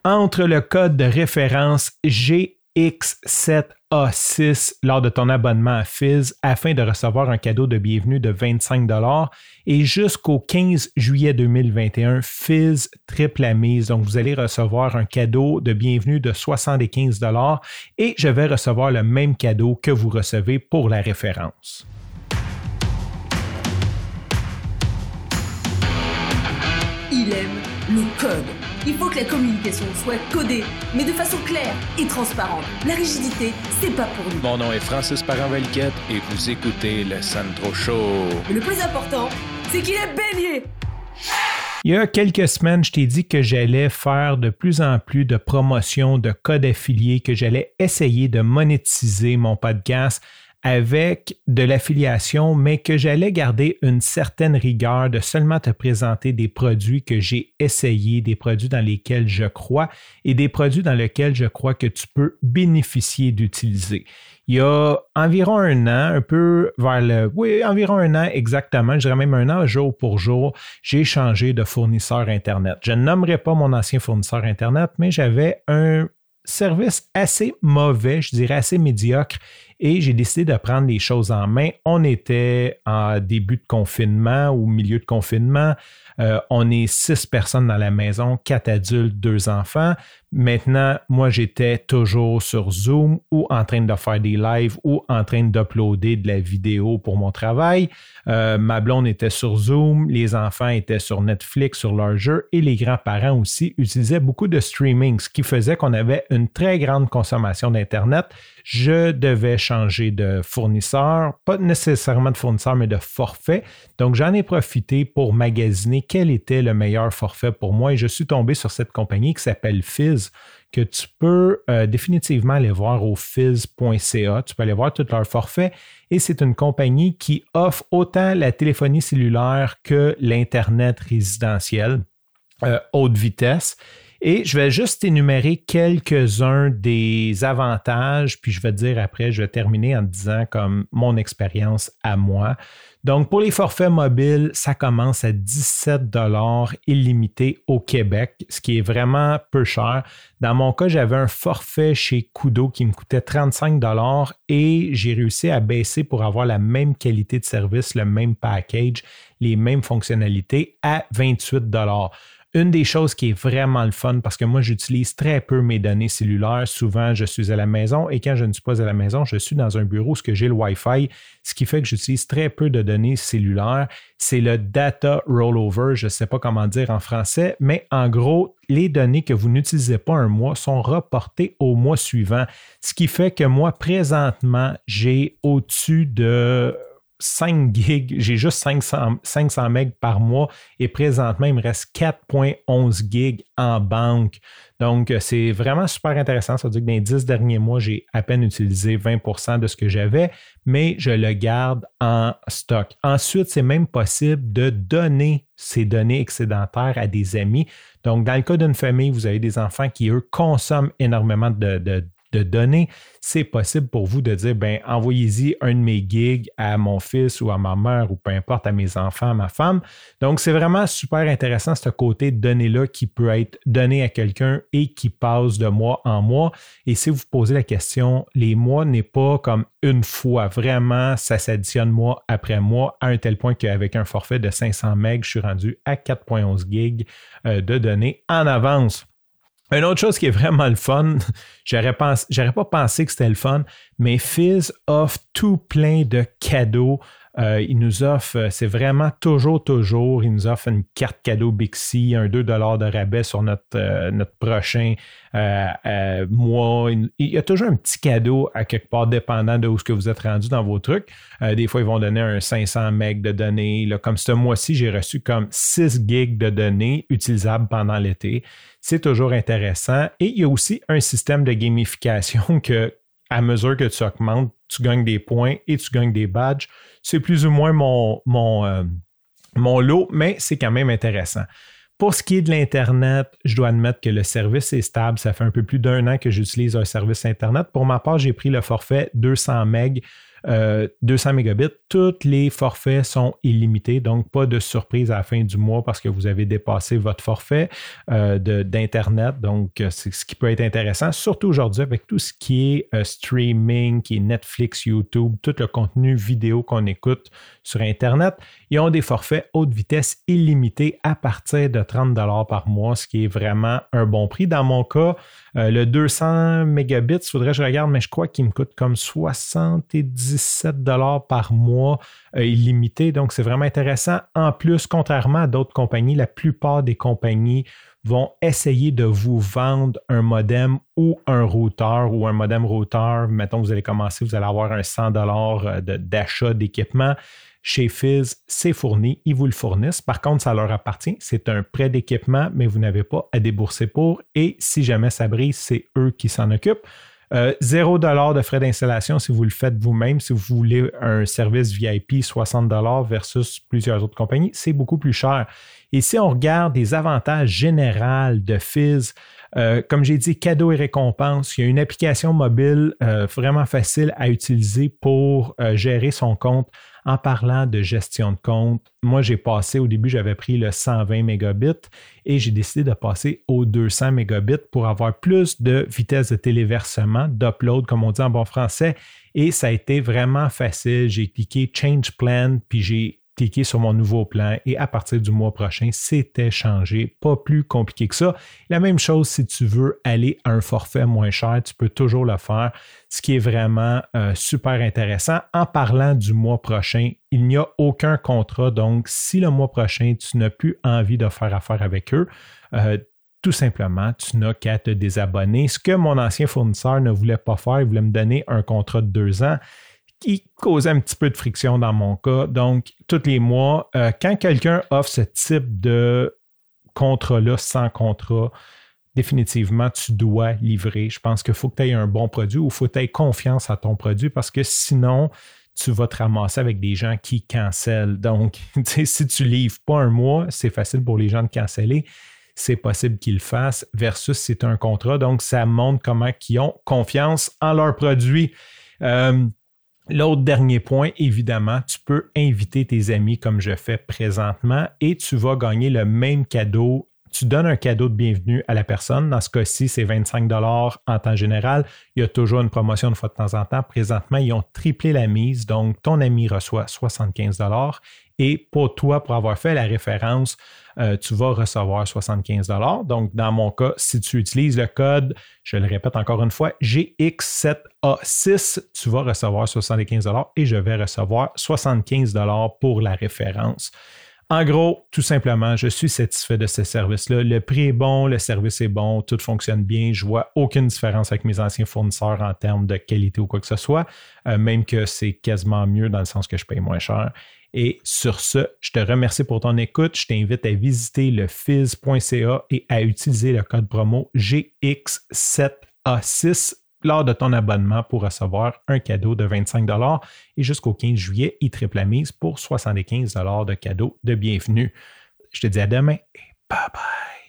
Entre le code de référence GX7A6 lors de ton abonnement à Fizz afin de recevoir un cadeau de bienvenue de 25 $ et jusqu'au 15 juillet 2021, Fizz triple la mise. Donc, vous allez recevoir un cadeau de bienvenue de 75 $ et je vais recevoir le même cadeau que vous recevez pour la référence. Il aime le code. Il faut que la communication soit codée, mais de façon claire et transparente. La rigidité, c'est pas pour nous. Mon nom est Francis Parent-Valquette et vous écoutez le Sandro Show. Mais le plus important, c'est qu'il est bélier. Il y a quelques semaines, je t'ai dit que j'allais faire de plus en plus de promotions de codes affiliés, que j'allais essayer de monétiser mon podcast avec de l'affiliation, mais que j'allais garder une certaine rigueur de seulement te présenter des produits que j'ai essayés, des produits dans lesquels je crois et des produits dans lesquels je crois que tu peux bénéficier d'utiliser. Il y a environ un an, environ un an exactement, je dirais même un an jour pour jour, j'ai changé de fournisseur Internet. Je ne nommerai pas mon ancien fournisseur Internet, mais j'avais un service assez mauvais, je dirais assez médiocre, et j'ai décidé de prendre les choses en main. On était en début de confinement ou milieu de confinement. On est 6 personnes dans la maison, 4 adultes, 2 enfants. Maintenant, moi, j'étais toujours sur Zoom ou en train de faire des lives ou en train d'uploader de la vidéo pour mon travail. Ma blonde était sur Zoom, les enfants étaient sur Netflix, sur leurs jeux et les grands-parents aussi utilisaient beaucoup de streaming, ce qui faisait qu'on avait une très grande consommation d'Internet. Je devais changer de fournisseur, pas nécessairement de fournisseur, mais de forfait. Donc, j'en ai profité pour magasiner quel était le meilleur forfait pour moi et je suis tombé sur cette compagnie qui s'appelle Fizz, que tu peux définitivement aller voir au fizz.ca. Tu peux aller voir tous leurs forfaits et c'est une compagnie qui offre autant la téléphonie cellulaire que l'Internet résidentiel haute vitesse. Et je vais juste énumérer quelques-uns des avantages, puis je vais te dire après, je vais terminer en te disant comme mon expérience à moi. Donc, pour les forfaits mobiles, ça commence à 17 $ illimité au Québec, ce qui est vraiment peu cher. Dans mon cas, j'avais un forfait chez Koodo qui me coûtait 35 $ et j'ai réussi à baisser pour avoir la même qualité de service, le même package, les mêmes fonctionnalités à 28 $. Une des choses qui est vraiment le fun, parce que moi, j'utilise très peu mes données cellulaires. Souvent, je suis à la maison et quand je ne suis pas à la maison, je suis dans un bureau où j'ai le Wi-Fi, ce qui fait que j'utilise très peu de données cellulaires. C'est le data rollover, je ne sais pas comment dire en français, mais en gros, les données que vous n'utilisez pas un mois sont reportées au mois suivant, ce qui fait que moi, présentement, j'ai au-dessus de 5 gigs, j'ai juste 500 MB par mois et présentement, il me reste 4,11 gigs en banque. Donc, c'est vraiment super intéressant. Ça veut dire que dans les 10 derniers mois, j'ai à peine utilisé 20% de ce que j'avais, mais je le garde en stock. Ensuite, c'est même possible de donner ces données excédentaires à des amis. Donc, dans le cas d'une famille, vous avez des enfants qui, eux, consomment énormément de données, c'est possible pour vous de dire, envoyez-y un de mes gigs à mon fils ou à ma mère ou peu importe, à mes enfants, à ma femme. Donc, c'est vraiment super intéressant ce côté de données-là qui peut être donné à quelqu'un et qui passe de mois en mois. Et si vous posez la question, les mois n'est pas comme une fois. Vraiment, ça s'additionne mois après mois à un tel point qu'avec un forfait de 500 MB, je suis rendu à 4,11 gigs de données en avance. Une autre chose qui est vraiment le fun, j'aurais pas pensé que c'était le fun, mais Fizz offre tout plein de cadeaux. Il nous offre, c'est vraiment toujours, il nous offre une carte cadeau Bixi, un 2 $ de rabais sur notre prochain mois. Il y a toujours un petit cadeau à quelque part, dépendant de où ce que vous êtes rendu dans vos trucs. Des fois, ils vont donner un 500 MB de données. Là, comme ce mois-ci, j'ai reçu comme 6 gigs de données utilisables pendant l'été. C'est toujours intéressant. Et il y a aussi un système de gamification que, à mesure que tu augmentes, tu gagnes des points et tu gagnes des badges. C'est plus ou moins mon lot, mais c'est quand même intéressant. Pour ce qui est de l'Internet, je dois admettre que le service est stable. Ça fait un peu plus d'1 an que j'utilise un service Internet. Pour ma part, j'ai pris le forfait 200 MB 200 mégabits, tous les forfaits sont illimités, donc pas de surprise à la fin du mois parce que vous avez dépassé votre forfait d'Internet. Donc, c'est ce qui peut être intéressant, surtout aujourd'hui avec tout ce qui est streaming, qui est Netflix, YouTube, tout le contenu vidéo qu'on écoute sur Internet. Ils ont des forfaits haute vitesse illimités à partir de 30 $ par mois, ce qui est vraiment un bon prix. Dans mon cas, le 200 mégabits, il faudrait que je regarde, mais je crois qu'il me coûte comme 77 $ par mois illimité. Donc, c'est vraiment intéressant. En plus, contrairement à d'autres compagnies, la plupart des compagnies vont essayer de vous vendre un modem ou un routeur ou un modem routeur. Mettons que vous allez commencer, vous allez avoir un 100 $ d'achat d'équipement. Chez Fizz, c'est fourni, ils vous le fournissent. Par contre, ça leur appartient. C'est un prêt d'équipement, mais vous n'avez pas à débourser pour. Et si jamais ça brise, c'est eux qui s'en occupent. 0 $ de frais d'installation si vous le faites vous-même. Si vous voulez un service VIP, 60 $ versus plusieurs autres compagnies, c'est beaucoup plus cher. Et si on regarde les avantages généraux de Fizz, comme j'ai dit, cadeaux et récompenses, il y a une application mobile vraiment facile à utiliser pour gérer son compte. En parlant de gestion de compte, moi, j'ai passé, au début, j'avais pris le 120 mégabits et j'ai décidé de passer au 200 mégabits pour avoir plus de vitesse de téléversement, d'upload, comme on dit en bon français. Et ça a été vraiment facile. J'ai cliqué Change Plan, puis j'ai cliqué sur mon nouveau plan et à partir du mois prochain, c'était changé. Pas plus compliqué que ça. La même chose, si tu veux aller à un forfait moins cher, tu peux toujours le faire, ce qui est vraiment super intéressant. En parlant du mois prochain, il n'y a aucun contrat. Donc, si le mois prochain, tu n'as plus envie de faire affaire avec eux, tout simplement, tu n'as qu'à te désabonner. Ce que mon ancien fournisseur ne voulait pas faire, il voulait me donner un contrat de 2 ans. Qui causait un petit peu de friction dans mon cas. Donc, tous les mois, quand quelqu'un offre ce type de contrat-là sans contrat, définitivement, tu dois livrer. Je pense qu'il faut que tu aies un bon produit ou il faut que tu aies confiance à ton produit parce que sinon, tu vas te ramasser avec des gens qui cancellent. Donc, si tu ne livres pas un mois, c'est facile pour les gens de canceller. C'est possible qu'ils le fassent versus si c'est un contrat. Donc, ça montre comment ils ont confiance en leur produit. L'autre dernier point, évidemment, tu peux inviter tes amis comme je fais présentement et tu vas gagner le même cadeau. Tu donnes un cadeau de bienvenue à la personne. Dans ce cas-ci, c'est 25 $ en temps général. Il y a toujours une promotion une fois de temps en temps. Présentement, ils ont triplé la mise. Donc, ton ami reçoit 75 $ et pour toi, pour avoir fait la référence, tu vas recevoir 75 $. Donc, dans mon cas, si tu utilises le code, je le répète encore une fois, GX7A6, tu vas recevoir 75 $ et je vais recevoir 75 $ pour la référence. En gros, tout simplement, je suis satisfait de ce service-là. Le prix est bon, le service est bon, tout fonctionne bien. Je ne vois aucune différence avec mes anciens fournisseurs en termes de qualité ou quoi que ce soit, même que c'est quasiment mieux dans le sens que je paye moins cher. Et sur ce, je te remercie pour ton écoute. Je t'invite à visiter le fizz.ca et à utiliser le code promo GX7A6 lors de ton abonnement pour recevoir un cadeau de 25 $ et jusqu'au 15 juillet, il triple la mise pour 75 $ de cadeau de bienvenue. Je te dis à demain et bye bye.